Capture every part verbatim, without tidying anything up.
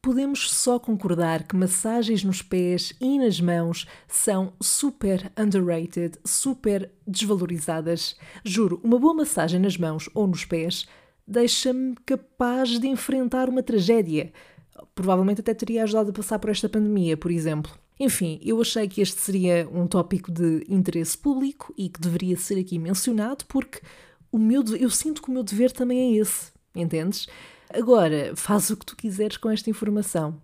podemos só concordar que massagens nos pés e nas mãos são super underrated, super desvalorizadas. Juro, uma boa massagem nas mãos ou nos pés deixa-me capaz de enfrentar uma tragédia. Provavelmente até teria ajudado a passar por esta pandemia, por exemplo. Enfim, eu achei que este seria um tópico de interesse público e que deveria ser aqui mencionado porque o meu, eu sinto que o meu dever também é esse, entendes? Agora, faz o que tu quiseres com esta informação.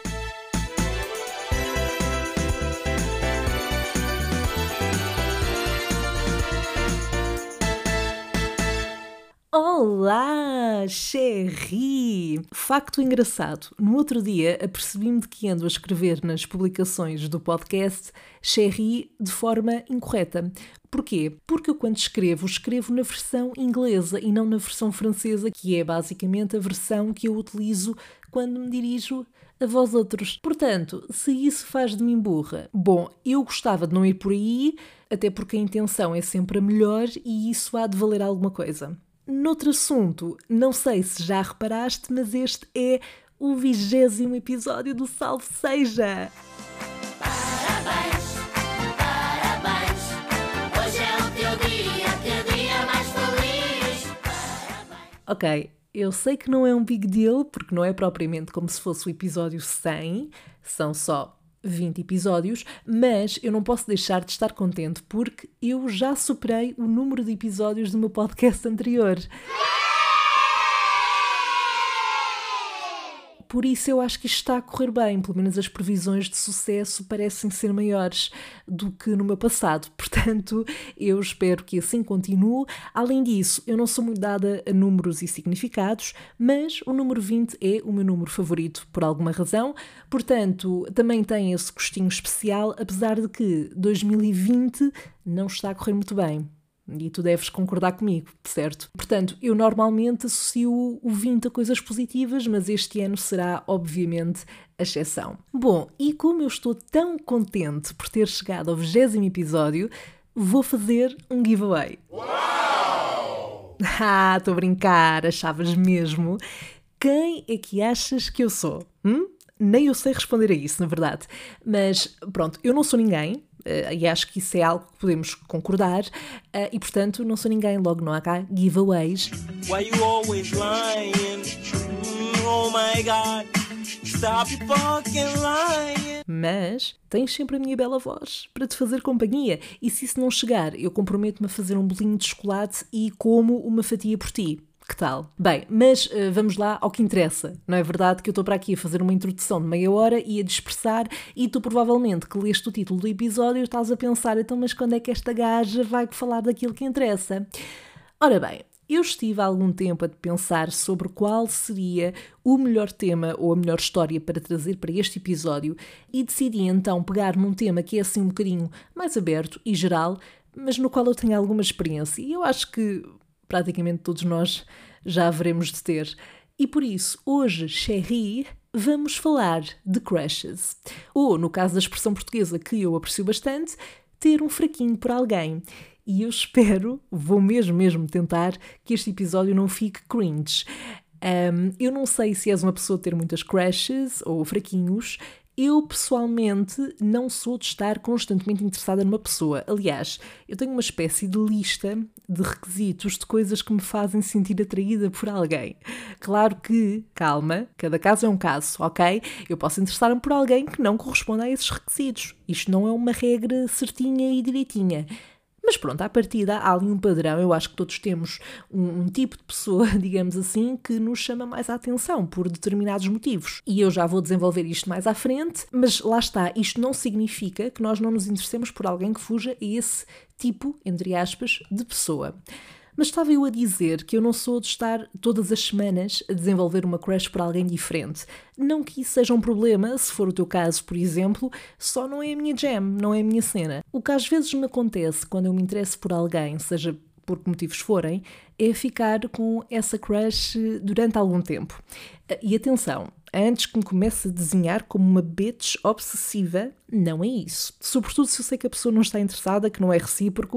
Olá, chérie! Facto engraçado, no outro dia apercebi-me de que ando a escrever nas publicações do podcast chérie de forma incorreta. Porquê? Porque eu quando escrevo, escrevo na versão inglesa e não na versão francesa, que é basicamente a versão que eu utilizo quando me dirijo a vós outros. Portanto, se isso faz de mim burra, bom, eu gostava de não ir por aí, até porque a intenção é sempre a melhor e isso há de valer alguma coisa. Noutro assunto, não sei se já reparaste, mas este é o vigésimo episódio do Salve Seja! Parabéns, parabéns, hoje é o teu dia, que dia mais feliz. Parabéns. Ok, eu sei que não é um big deal, porque não é propriamente como se fosse o episódio cem, são só vinte episódios, mas eu não posso deixar de estar contente porque eu já superei o número de episódios do meu podcast anterior. Por isso eu acho que isto está a correr bem, pelo menos as previsões de sucesso parecem ser maiores do que no meu passado, portanto eu espero que assim continue. Além disso, eu não sou muito dada a números e significados, mas o número vinte é o meu número favorito por alguma razão, portanto também tem esse gostinho especial, apesar de que dois mil e vinte não está a correr muito bem. E tu deves concordar comigo, certo? Portanto, eu normalmente associo o vinte a coisas positivas, mas este ano será, obviamente, a exceção. Bom, e como eu estou tão contente por ter chegado ao vigésimo episódio, vou fazer um giveaway. Uau! Ah, estou a brincar, achavas mesmo? Quem é que achas que eu sou? Hum? Nem eu sei responder a isso, na verdade. Mas, pronto, eu não sou ninguém. Uh, e acho que isso é algo que podemos concordar uh, e portanto não sou ninguém, logo não há cá giveaways. Why you always lying? Mm, oh my God, stop fucking lying. Mas tens sempre a minha bela voz para te fazer companhia e se isso não chegar, eu comprometo-me a fazer um bolinho de chocolate e como uma fatia por ti. Que tal? Bem, mas uh, vamos lá ao que interessa. Não é verdade que eu estou para aqui a fazer uma introdução de meia hora e a dispersar e tu provavelmente que leste o título do episódio estás a pensar, então mas quando é que esta gaja vai falar daquilo que interessa? Ora bem, eu estive há algum tempo a pensar sobre qual seria o melhor tema ou a melhor história para trazer para este episódio e decidi então pegar num tema que é assim um bocadinho mais aberto e geral, mas no qual eu tenho alguma experiência e eu acho que praticamente todos nós já haveremos de ter. E por isso, hoje, chérie, vamos falar de crushes. Ou, no caso da expressão portuguesa que eu aprecio bastante, ter um fraquinho por alguém. E eu espero, vou mesmo, mesmo tentar, que este episódio não fique cringe. Um, eu não sei se és uma pessoa de ter muitas crushes ou fraquinhos. Eu, pessoalmente, não sou de estar constantemente interessada numa pessoa. Aliás, eu tenho uma espécie de lista de requisitos de coisas que me fazem sentir atraída por alguém. Claro que, calma, cada caso é um caso, ok? Eu posso interessar-me por alguém que não corresponda a esses requisitos. Isto não é uma regra certinha e direitinha. Mas pronto, à partida há ali um padrão, eu acho que todos temos um, um tipo de pessoa, digamos assim, que nos chama mais a atenção por determinados motivos. E eu já vou desenvolver isto mais à frente, mas lá está, isto não significa que nós não nos interessemos por alguém que fuja a esse tipo, entre aspas, de pessoa. Mas estava eu a dizer que eu não sou de estar todas as semanas a desenvolver uma crush por alguém diferente. Não que isso seja um problema, se for o teu caso, por exemplo, só não é a minha jam, não é a minha cena. O que às vezes me acontece quando eu me interesso por alguém, seja por que motivos forem, é ficar com essa crush durante algum tempo. E atenção, antes que me comece a desenhar como uma bitch obsessiva, não é isso. Sobretudo se eu sei que a pessoa não está interessada, que não é recíproco,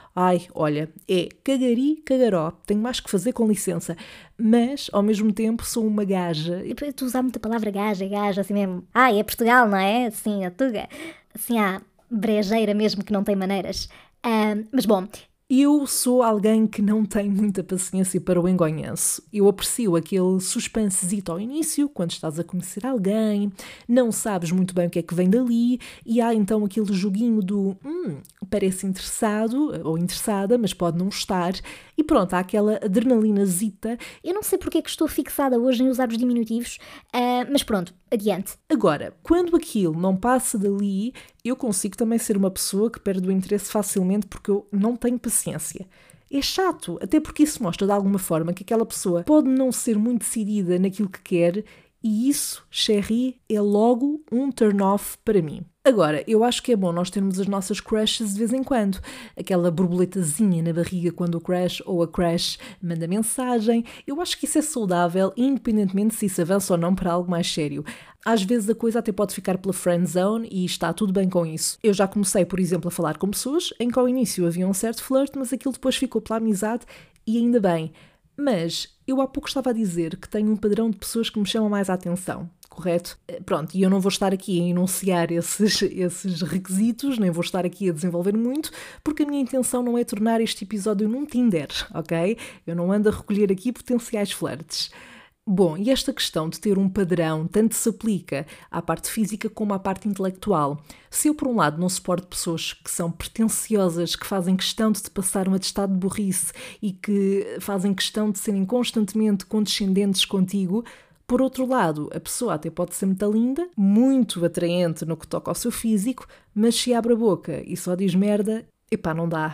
Ai, olha, é cagari, cagaró, tenho mais que fazer com licença. Mas, ao mesmo tempo, sou uma gaja. E tu usas muito a palavra gaja, gaja, assim mesmo. Ah, é Portugal, não é? Assim, a tuga. Assim, a brejeira mesmo que não tem maneiras. Ah, mas bom, Eu sou alguém que não tem muita paciência para o engonhanço. Eu aprecio aquele suspensezito ao início, quando estás a conhecer alguém, não sabes muito bem o que é que vem dali, e há então aquele joguinho do hum, parece interessado ou interessada, mas pode não estar, e pronto, há aquela adrenalinazita. eu não sei porque é que estou fixada hoje em usar os diminutivos, ah, mas pronto, adiante. Agora, quando aquilo não passa dali, eu consigo também ser uma pessoa que perde o interesse facilmente porque eu não tenho paciência. É chato, até porque isso mostra de alguma forma que aquela pessoa pode não ser muito decidida naquilo que quer e isso, chérie, é logo um turn-off para mim. Agora, eu acho que é bom nós termos as nossas crushes de vez em quando. Aquela borboletazinha na barriga quando o crush ou a crush manda mensagem. Eu acho que isso é saudável, independentemente se isso avança ou não para algo mais sério. Às vezes a coisa até pode ficar pela friend zone e está tudo bem com isso. Eu já comecei, por exemplo, a falar com pessoas em que ao início havia um certo flirt, mas aquilo depois ficou pela amizade e ainda bem. Mas eu há pouco estava a dizer que tenho um padrão de pessoas que me chamam mais a atenção, correto? Pronto, e eu não vou estar aqui a enunciar esses, esses requisitos, nem vou estar aqui a desenvolver muito, porque a minha intenção não é tornar este episódio num Tinder, ok? Eu não ando a recolher aqui potenciais flirts. Bom, e esta questão de ter um padrão tanto se aplica à parte física como à parte intelectual. Se eu, por um lado, não suporto pessoas que são pretenciosas, que fazem questão de te passar um atestado de burrice e que fazem questão de serem constantemente condescendentes contigo, por outro lado, a pessoa até pode ser muito linda, muito atraente no que toca ao seu físico, mas se abre a boca e só diz merda, epá, não dá.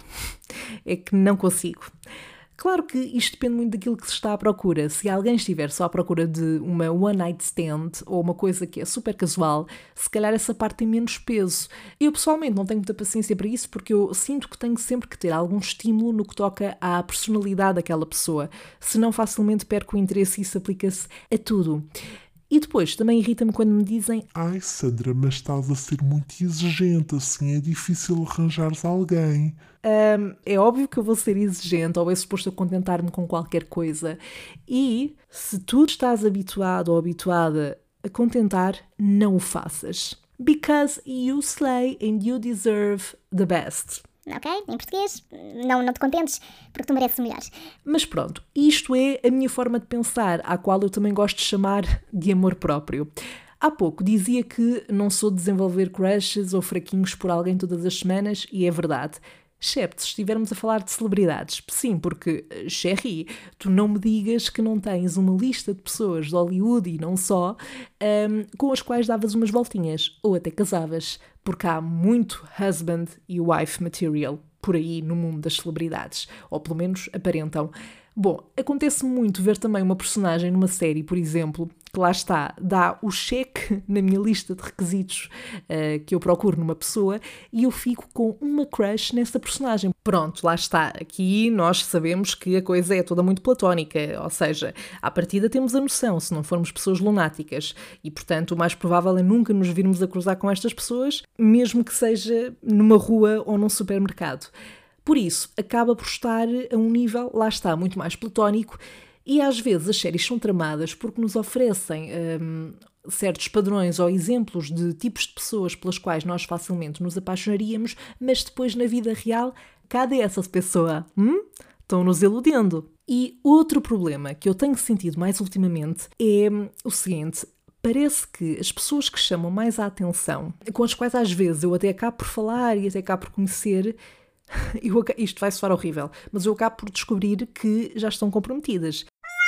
É que não consigo. Claro que isto depende muito daquilo que se está à procura. Se alguém estiver só à procura de uma one night stand ou uma coisa que é super casual, se calhar essa parte tem menos peso. Eu pessoalmente não tenho muita paciência para isso porque eu sinto que tenho sempre que ter algum estímulo no que toca à personalidade daquela pessoa. Senão facilmente perco o interesse e isso aplica-se a tudo. E depois, também irrita-me quando me dizem Ai, Sandra, mas estás a ser muito exigente, assim é difícil arranjares alguém. Um, é óbvio que eu vou ser exigente ou é suposto eu contentar-me com qualquer coisa. E se tu estás habituado ou habituada a contentar, não o faças. Because you slay and you deserve the best. Ok? Em português, não, não te contentes, porque tu mereces o melhor. Mas pronto, isto é a minha forma de pensar, à qual eu também gosto de chamar de amor próprio. Há pouco dizia que não sou de desenvolver crushes ou fraquinhos por alguém todas as semanas, e é verdade. Excepto se estivermos a falar de celebridades. Sim, porque, chérie, tu não me digas que não tens uma lista de pessoas de Hollywood e não só, um, com as quais davas umas voltinhas, ou até casavas, porque há muito husband e wife material por aí no mundo das celebridades, ou pelo menos aparentam. Bom, acontece muito ver também uma personagem numa série, por exemplo, que lá está, dá o cheque na minha lista de requisitos uh, que eu procuro numa pessoa e eu fico com uma crush nessa personagem. Pronto, lá está. Aqui nós sabemos que a coisa é toda muito platónica, ou seja, à partida temos a noção, se não formos pessoas lunáticas, e portanto o mais provável é nunca nos virmos a cruzar com estas pessoas, mesmo que seja numa rua ou num supermercado. Por isso, acaba por estar a um nível, lá está, muito mais platónico e às vezes as séries são tramadas porque nos oferecem hum, certos padrões ou exemplos de tipos de pessoas pelas quais nós facilmente nos apaixonaríamos, mas depois na vida real, cadê essa pessoa? Hum? Estão-nos iludendo. E outro problema que eu tenho sentido mais ultimamente é hum, o seguinte... Parece que as pessoas que chamam mais a atenção, com as quais às vezes eu até acabo por falar e até acabo por conhecer... Eu, isto vai soar horrível, mas eu acabo por descobrir que já estão comprometidas.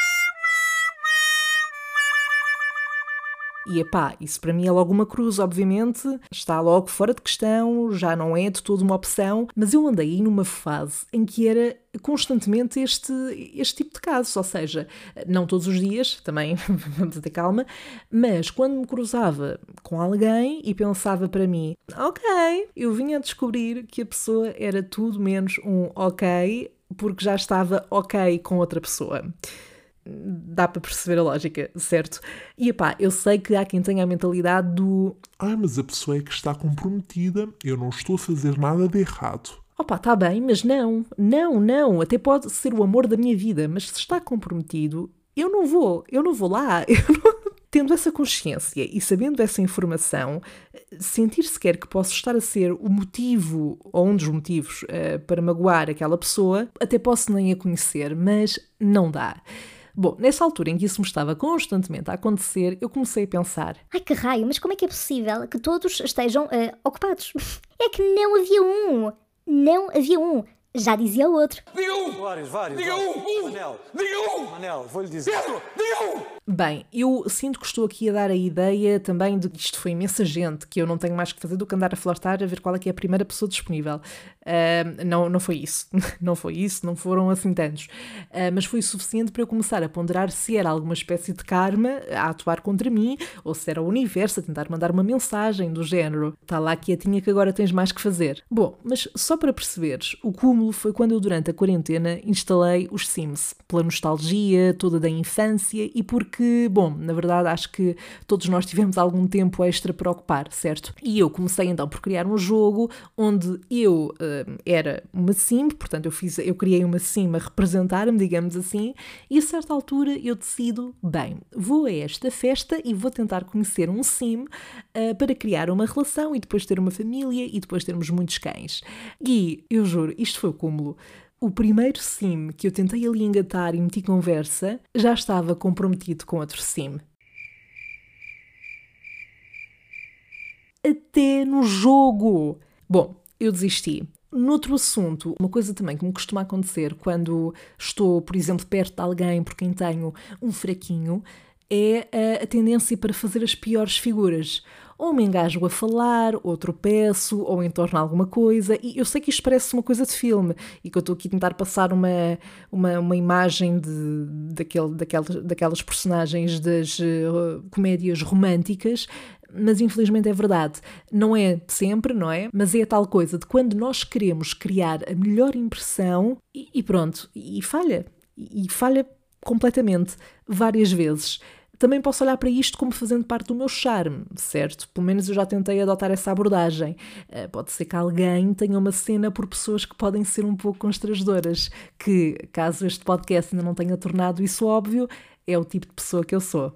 E epá, isso para mim é logo uma cruz, obviamente, está logo fora de questão, já não é de toda uma opção, mas eu andei aí numa fase em que era constantemente este, este tipo de casos, ou seja, não todos os dias, também vamos ter calma, mas quando me cruzava com alguém e pensava para mim, ok, eu vinha a descobrir que a pessoa era tudo menos um ok, porque já estava ok com outra pessoa. Dá para perceber a lógica, certo? E epá, eu sei que há quem tenha a mentalidade do Ah, mas a pessoa é que está comprometida, eu não estou a fazer nada de errado. Opa, está bem, mas não, não, não, até pode ser o amor da minha vida, mas se está comprometido, eu não vou, eu não vou lá, eu não... Tendo essa consciência e sabendo essa informação, sentir sequer que posso estar a ser o motivo, ou um dos motivos, uh, para magoar aquela pessoa, até posso nem a conhecer, mas não dá. Bom, nessa altura em que isso me estava constantemente a acontecer, eu comecei a pensar: Ai, que raio, mas como é que é possível que todos estejam eh, ocupados? É que não havia um. Não havia um. Já dizia o outro. Diga um! Vários, vários. Diga vários. um! um. Manel, Diga um! Manel, vou-lhe dizer. Pedro, diga um! Bem, eu sinto que estou aqui a dar a ideia também de que isto foi imensa gente, que eu não tenho mais que fazer do que andar a flertar a ver qual é que é a primeira pessoa disponível. Uh, não, não foi isso. Não foi isso, não foram assim tantos. Uh, mas foi o suficiente para eu começar a ponderar se era alguma espécie de karma a atuar contra mim, ou se era o universo a tentar mandar uma mensagem do género: está lá quietinha que agora tens mais que fazer. Bom, mas só para perceberes, o cúmulo foi quando eu durante a quarentena instalei os Sims, pela nostalgia toda da infância e porque, bom, na verdade acho que todos nós tivemos algum tempo extra para ocupar, certo? E eu comecei então por criar um jogo onde eu uh, era uma Sim, portanto eu, fiz, eu criei uma Sim a representar-me, digamos assim, e a certa altura eu decido, bem, vou a esta festa e vou tentar conhecer um Sim uh, para criar uma relação e depois ter uma família e depois termos muitos cães. E eu juro, isto foi o cúmulo. O primeiro Sim que eu tentei ali engatar e meti conversa já estava comprometido com outro Sim. Até no jogo! Bom, eu desisti. Noutro assunto, uma coisa também que me costuma acontecer quando estou, por exemplo, perto de alguém por quem tenho um fraquinho, é a, a tendência para fazer as piores figuras. Ou me engajo a falar, ou tropeço, ou entorno alguma coisa. E eu sei que isto parece uma coisa de filme e que eu estou aqui a tentar passar uma, uma, uma imagem de, daquele, daquelas, daquelas personagens das uh, comédias românticas, mas infelizmente é verdade. Não é sempre, não é? Mas é a tal coisa de quando nós queremos criar a melhor impressão e, e pronto, e falha. E, e falha completamente, várias vezes. Também posso olhar para isto como fazendo parte do meu charme, certo? Pelo menos eu já tentei adotar essa abordagem. Uh, pode ser que alguém tenha uma cena por pessoas que podem ser um pouco constrangedoras, que, caso este podcast ainda não tenha tornado isso óbvio, é o tipo de pessoa que eu sou.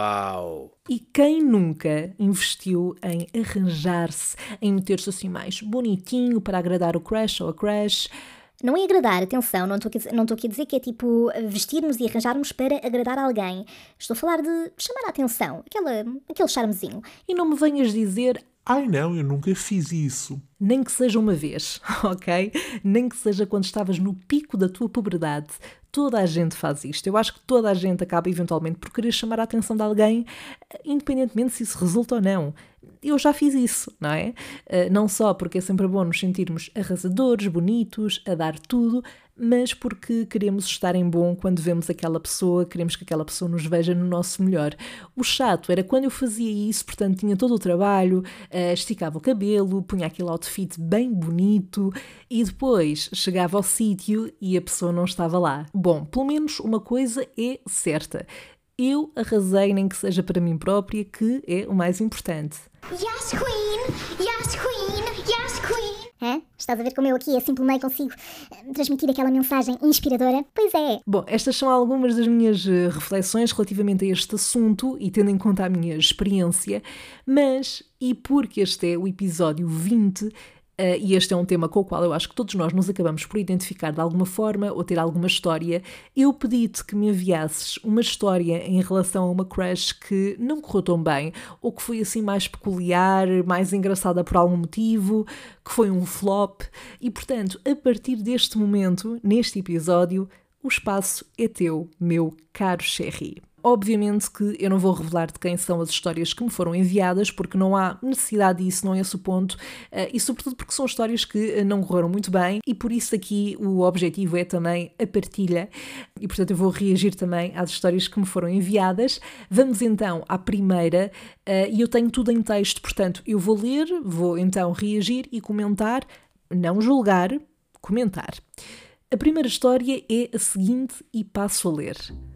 Uau! E quem nunca investiu em arranjar-se, em meter-se assim mais bonitinho para agradar o crush ou a crush? Não é agradar, atenção, não estou aqui, não estou aqui a dizer que é tipo vestirmos e arranjarmos para agradar alguém. Estou a falar de chamar a atenção, aquela, aquele charmezinho. E não me venhas dizer: Ai não, eu nunca fiz isso. nem que seja uma vez, ok? Nem que seja quando estavas no pico da tua puberdade. Toda a gente faz isto. Eu acho que toda a gente acaba eventualmente por querer chamar a atenção de alguém, independentemente se isso resulta ou não. Eu já fiz isso, não é? Não só porque é sempre bom nos sentirmos arrasadores, bonitos, a dar tudo, mas porque queremos estar em bom quando vemos aquela pessoa, queremos que aquela pessoa nos veja no nosso melhor. O chato era quando eu fazia isso, portanto tinha todo o trabalho, esticava o cabelo, punha aquele outfit bem bonito e depois chegava ao sítio e a pessoa não estava lá. Bom, pelo menos uma coisa é certa. Eu arrasei, nem que seja para mim própria, que é o mais importante. Yes, Queen! Yes, Queen! Yes, Queen! Hã? Estás a ver como eu aqui, assim pelo meio, consigo transmitir aquela mensagem inspiradora? Pois é! Bom, estas são algumas das minhas reflexões relativamente a este assunto e tendo em conta a minha experiência, mas, e porque este é o episódio vinte, Uh, e este é um tema com o qual eu acho que todos nós nos acabamos por identificar de alguma forma ou ter alguma história, eu pedi-te que me enviasses uma história em relação a uma crush que não correu tão bem, ou que foi assim mais peculiar, mais engraçada por algum motivo, que foi um flop, e portanto, a partir deste momento, neste episódio, o espaço é teu, meu caro Cherry. Obviamente que eu não vou revelar de quem são as histórias que me foram enviadas, porque não há necessidade disso, não é esse o ponto, e sobretudo porque são histórias que não correram muito bem, e por isso aqui o objetivo é também a partilha, e portanto eu vou reagir também às histórias que me foram enviadas. Vamos então à primeira, e eu tenho tudo em texto, portanto eu vou ler, vou então reagir e comentar, não julgar, comentar. A primeira história é a seguinte e passo a ler.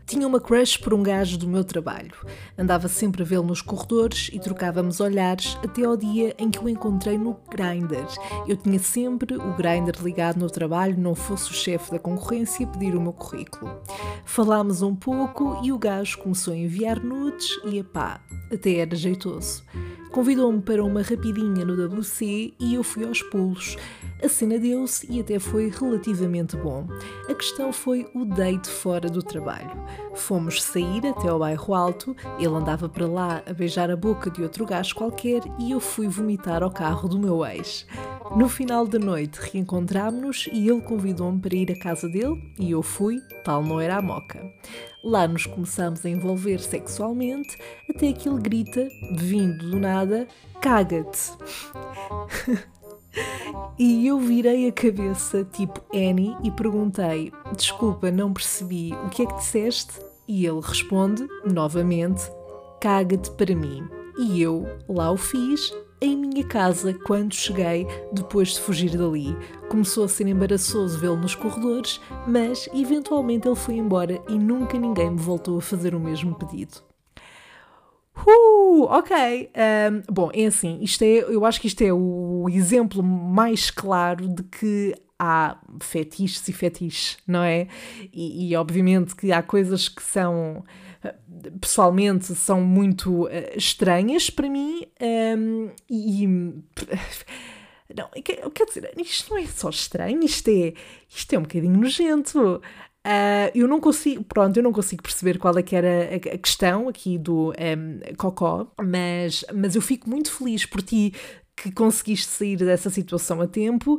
Tinha uma crush por um gajo do meu trabalho. Andava sempre a vê-lo nos corredores e trocávamos olhares até ao dia em que o encontrei no Grindr. Eu tinha sempre o Grindr ligado no trabalho, não fosse o chefe da concorrência pedir o meu currículo. Falámos um pouco e o gajo começou a enviar nudes e, epá, até era jeitoso. Convidou-me para uma rapidinha no W C e eu fui aos pulos. A cena deu-se e até foi relativamente bom. A questão foi o date fora do trabalho. Fomos sair até ao bairro Alto, ele andava para lá a beijar a boca de outro gajo qualquer e eu fui vomitar ao carro do meu ex. No final da noite reencontrámos-nos e ele convidou-me para ir à casa dele e eu fui, tal não era a moca. Lá nos começámos a envolver sexualmente até que ele grita, vindo do nada, caga-te. E eu virei a cabeça tipo Annie e perguntei, desculpa, não percebi, o que é que disseste? E ele responde, novamente, caga-te para mim. E eu lá o fiz, em minha casa, quando cheguei, depois de fugir dali. Começou a ser embaraçoso vê-lo nos corredores, mas eventualmente ele foi embora e nunca ninguém me voltou a fazer o mesmo pedido. Uh, ok. Um, bom, é assim, isto é, eu acho que isto é o exemplo mais claro de que há fetiches e fetiches, não é? E, e obviamente que há coisas que são, pessoalmente, são muito uh, estranhas para mim um, e... Não, quer dizer, isto não é só estranho, isto é, isto é um bocadinho nojento. Uh, eu não consigo, pronto, eu não consigo perceber qual é que era a, a questão aqui do um, Cocó, mas, mas eu fico muito feliz por ti que conseguiste sair dessa situação a tempo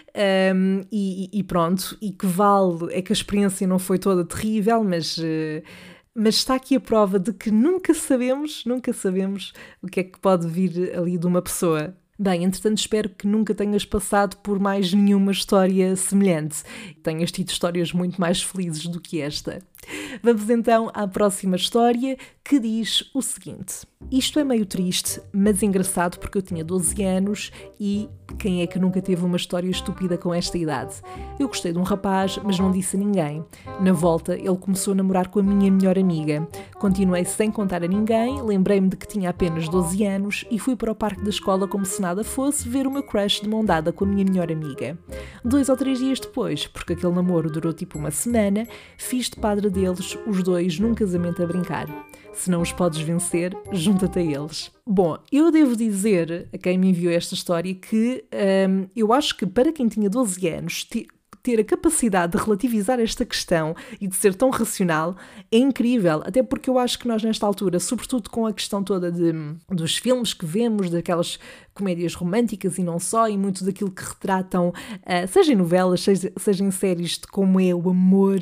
um, e, e pronto, e que vale, é que a experiência não foi toda terrível, mas... Uh, Mas está aqui a prova de que nunca sabemos, nunca sabemos o que é que pode vir ali de uma pessoa. Bem, entretanto espero que nunca tenhas passado por mais nenhuma história semelhante. Tenhas tido histórias muito mais felizes do que esta. Vamos então à próxima história, que diz o seguinte. Isto é meio triste, mas engraçado porque eu tinha doze anos e quem é que nunca teve uma história estúpida com esta idade? Eu gostei de um rapaz, mas não disse a ninguém. Na volta, ele começou a namorar com a minha melhor amiga. Continuei sem contar a ninguém, lembrei-me de que tinha apenas doze anos e fui para o parque da escola como se nada fosse ver o meu crush de mão dada com a minha melhor amiga. Dois ou três dias depois, porque aquele namoro durou tipo uma semana, fiz de padre deles, os dois num casamento a brincar. Se não os podes vencer, junta-te a eles. Bom, eu devo dizer a quem me enviou esta história que hum, eu acho que para quem tinha doze anos, t- ter a capacidade de relativizar esta questão e de ser tão racional é incrível, até porque eu acho que nós nesta altura, sobretudo com a questão toda de, dos filmes que vemos, daquelas comédias românticas e não só, e muito daquilo que retratam, uh, seja em novelas, seja, seja em séries, de como é o amor,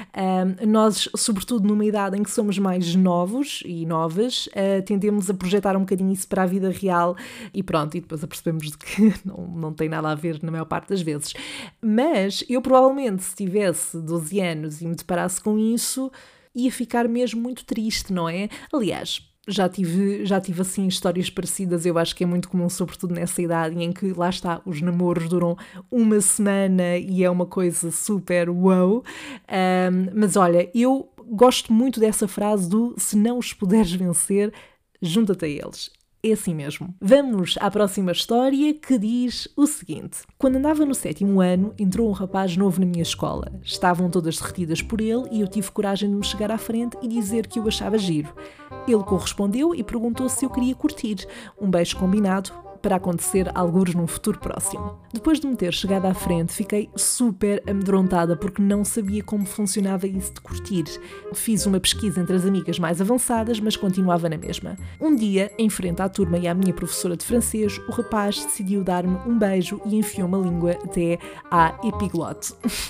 uh, nós, sobretudo numa idade em que somos mais novos e novas, uh, tendemos a projetar um bocadinho isso para a vida real e pronto, e depois apercebemos de que não, não tem nada a ver na maior parte das vezes. Mas eu provavelmente, se tivesse doze anos e me deparasse com isso, ia ficar mesmo muito triste, não é? Aliás, já tive, já tive assim histórias parecidas, eu acho que é muito comum, sobretudo nessa idade em que, lá está, os namoros duram uma semana e é uma coisa super wow. Um, mas olha, eu gosto muito dessa frase do se não os puderes vencer, junta-te a eles. É assim mesmo. Vamos à próxima história, que diz o seguinte. Quando andava no sétimo ano, entrou um rapaz novo na minha escola. Estavam todas derretidas por ele e eu tive coragem de me chegar à frente e dizer que o achava giro. Ele correspondeu e perguntou se eu queria curtir. Um beijo combinado para acontecer algures num futuro próximo. Depois de me ter chegado à frente, fiquei super amedrontada porque não sabia como funcionava isso de curtir. Fiz uma pesquisa entre as amigas mais avançadas, mas continuava na mesma. Um dia, em frente à turma e à minha professora de francês, o rapaz decidiu dar-me um beijo e enfiou-me a língua até à epiglote.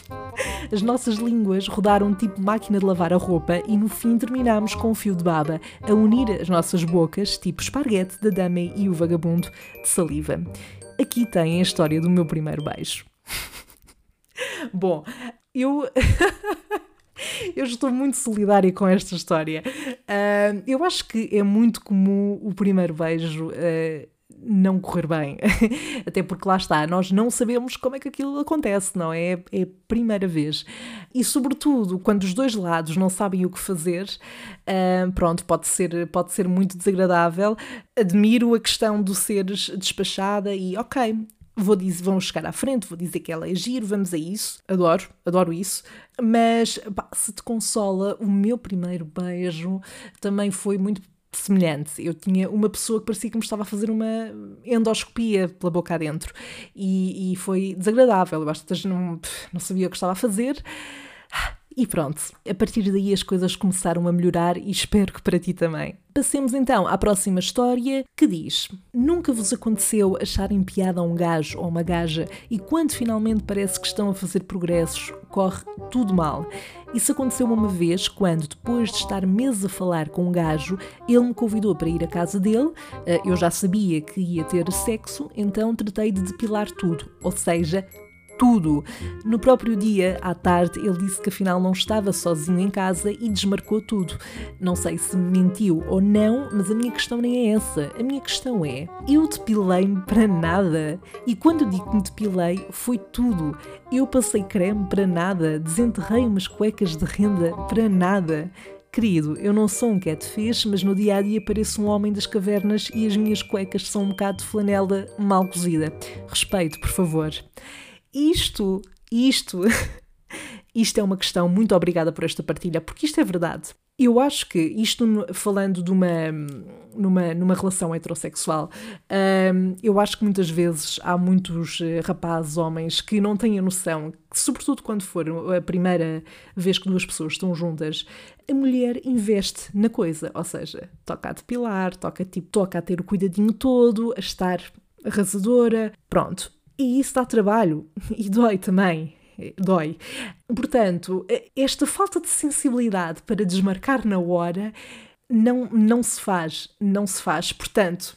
As nossas línguas rodaram tipo máquina de lavar a roupa e no fim terminámos com um fio de baba a unir as nossas bocas, tipo esparguete da Dame e o Vagabundo, de saliva. Aqui tem a história do meu primeiro beijo. Bom, eu... eu estou muito solidária com esta história. Uh, eu acho que é muito comum o primeiro beijo uh, não correr bem. Até porque lá está, nós não sabemos como é que aquilo acontece, não é? É a primeira vez. E sobretudo, quando os dois lados não sabem o que fazer, uh, pronto, pode ser, pode ser muito desagradável. Admiro a questão do seres despachada e ok, vou dizer, vão chegar à frente, vou dizer que ela é giro, vamos a isso. Adoro, adoro isso. Mas pá, se te consola, o meu primeiro beijo também foi muito semelhante. Eu tinha uma pessoa que parecia que me estava a fazer uma endoscopia pela boca adentro e, e foi desagradável. Eu acho que não, não sabia o que estava a fazer. E pronto, a partir daí as coisas começaram a melhorar e espero que para ti também. Passemos então à próxima história, que diz: nunca vos aconteceu acharem piada a um gajo ou uma gaja e quando finalmente parece que estão a fazer progressos, corre tudo mal? Isso aconteceu uma vez quando, depois de estar meses a falar com um gajo, ele me convidou para ir à casa dele. Eu já sabia que ia ter sexo, então tratei de depilar tudo, ou seja, tudo. No próprio dia, à tarde, ele disse que afinal não estava sozinho em casa e desmarcou tudo. Não sei se me mentiu ou não, mas a minha questão nem é essa. A minha questão é, eu depilei-me para nada. E quando digo que me depilei, foi tudo. Eu passei creme para nada, desenterrei umas cuecas de renda para nada. Querido, eu não sou um catfish, mas no dia-a-dia pareço um homem das cavernas e as minhas cuecas são um bocado de flanela mal cozida. Respeito, por favor. Isto, isto, isto é uma questão, muito obrigada por esta partilha, porque isto é verdade. Eu acho que isto, falando de uma, numa, numa relação heterossexual, hum, eu acho que muitas vezes há muitos rapazes, homens, que não têm a noção, que, sobretudo quando for a primeira vez que duas pessoas estão juntas, a mulher investe na coisa, ou seja, toca a depilar, toca, tipo, toca a ter o cuidadinho todo, a estar arrasadora, pronto. E isso dá trabalho e dói também, dói. Portanto, esta falta de sensibilidade para desmarcar na hora não, não se faz, não se faz. Portanto,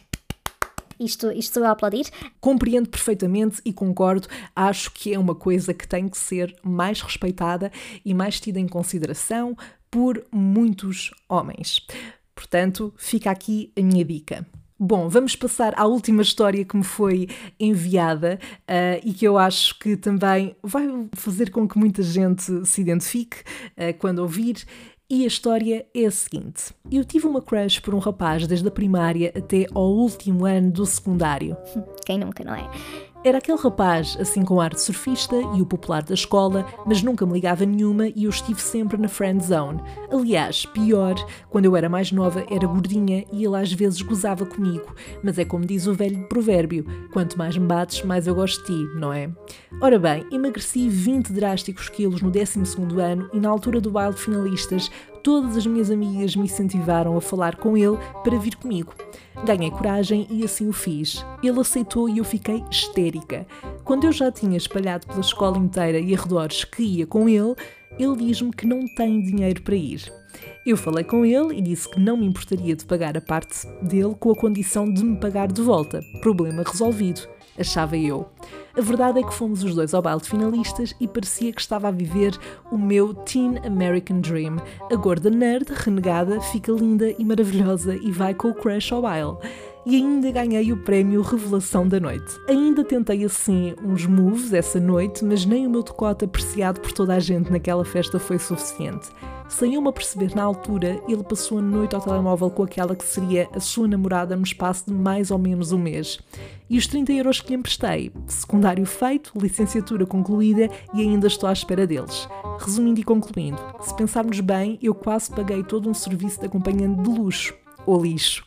Isto, isto sou eu a aplaudir. compreendo perfeitamente e concordo, acho que é uma coisa que tem que ser mais respeitada e mais tida em consideração por muitos homens. Portanto, fica aqui a minha dica. Bom, vamos passar à última história que me foi enviada uh, e que eu acho que também vai fazer com que muita gente se identifique uh, quando ouvir. E a história é a seguinte: eu tive uma crush por um rapaz desde a primária até ao último ano do secundário. Quem nunca, não é? Era aquele rapaz, assim com ar de surfista e o popular da escola, mas nunca me ligava nenhuma e eu estive sempre na friend zone. Aliás, pior, quando eu era mais nova era gordinha e ele às vezes gozava comigo, mas é como diz o velho provérbio, quanto mais me bates, mais eu gosto de ti, não é? Ora bem, emagreci vinte drásticos quilos no décimo segundo ano e na altura do baile de finalistas, todas as minhas amigas me incentivaram a falar com ele para vir comigo. Ganhei coragem e assim o fiz. Ele aceitou e eu fiquei histérica. Quando eu já tinha espalhado pela escola inteira e arredores que ia com ele, ele diz-me que não tem dinheiro para ir. Eu falei com ele e disse que não me importaria de pagar a parte dele com a condição de me pagar de volta. Problema resolvido, achava eu. A verdade é que fomos os dois ao baile de finalistas e parecia que estava a viver o meu Teen American Dream. A gorda nerd, renegada, fica linda e maravilhosa e vai com o crush ao baile. E ainda ganhei o prémio Revelação da Noite. Ainda tentei assim uns moves essa noite, mas nem o meu decote apreciado por toda a gente naquela festa foi suficiente. Sem eu me aperceber na altura, ele passou a noite ao telemóvel com aquela que seria a sua namorada no espaço de mais ou menos um mês. E os trinta euros que lhe emprestei, secundário feito, licenciatura concluída e ainda estou à espera deles. Resumindo e concluindo, se pensarmos bem, eu quase paguei todo um serviço de acompanhante de luxo, ou lixo.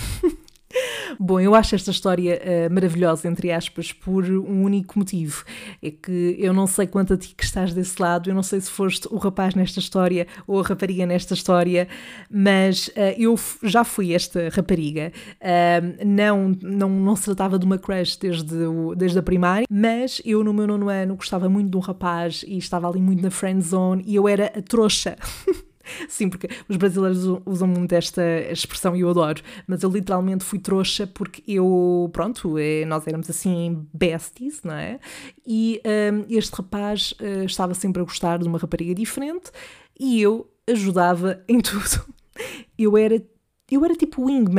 Bom, eu acho esta história uh, maravilhosa, entre aspas, por um único motivo. É que eu não sei quanto a ti que estás desse lado, eu não sei se foste o rapaz nesta história ou a rapariga nesta história, mas uh, eu f- já fui esta rapariga. Uh, não, não, não se tratava de uma crush desde, o, desde a primária, mas eu no meu nono ano gostava muito de um rapaz e estava ali muito na friend zone e eu era a trouxa. Sim, porque os brasileiros usam muito esta expressão e eu adoro, mas eu literalmente fui trouxa porque eu, pronto, nós éramos assim besties, não é? E um, este rapaz uh, estava sempre a gostar de uma rapariga diferente e eu ajudava em tudo. Eu era, eu era tipo wingman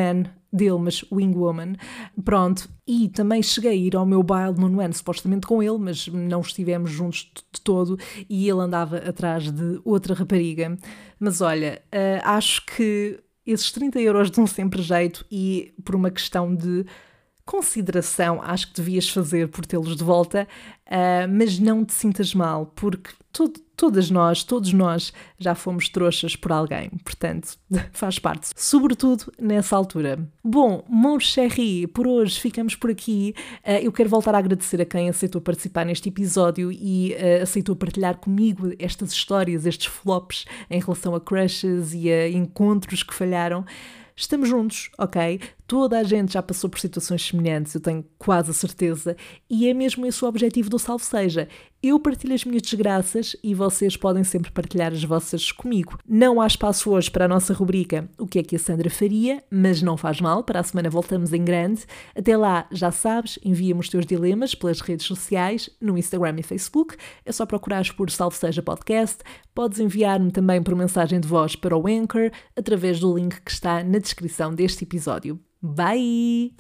dele, mas Wing Woman. Pronto, e também cheguei a ir ao meu baile no nono ano, supostamente com ele, mas não estivemos juntos de todo e ele andava atrás de outra rapariga. Mas olha, uh, acho que esses trinta euros dão sempre jeito e por uma questão de consideração, acho que devias fazer por tê-los de volta, uh, mas não te sintas mal, porque todo, todas nós, todos nós já fomos trouxas por alguém, portanto, faz parte, sobretudo nessa altura. Bom, mon chéri, por hoje ficamos por aqui. Uh, eu quero voltar a agradecer a quem aceitou participar neste episódio e uh, aceitou partilhar comigo estas histórias, estes flops em relação a crushes e a encontros que falharam. Estamos juntos, ok? Toda a gente já passou por situações semelhantes, eu tenho quase a certeza, e é mesmo esse o objetivo do Salve Seja. Eu partilho as minhas desgraças e vocês podem sempre partilhar as vossas comigo. Não há espaço hoje para a nossa rubrica O que é que a Sandra faria, mas não faz mal, para a semana voltamos em grande. Até lá, já sabes, envia-me os teus dilemas pelas redes sociais, no Instagram e Facebook, é só procurares por Salve Seja Podcast. Podes enviar-me também por mensagem de voz para o Anchor, através do link que está na descrição deste episódio. Bye!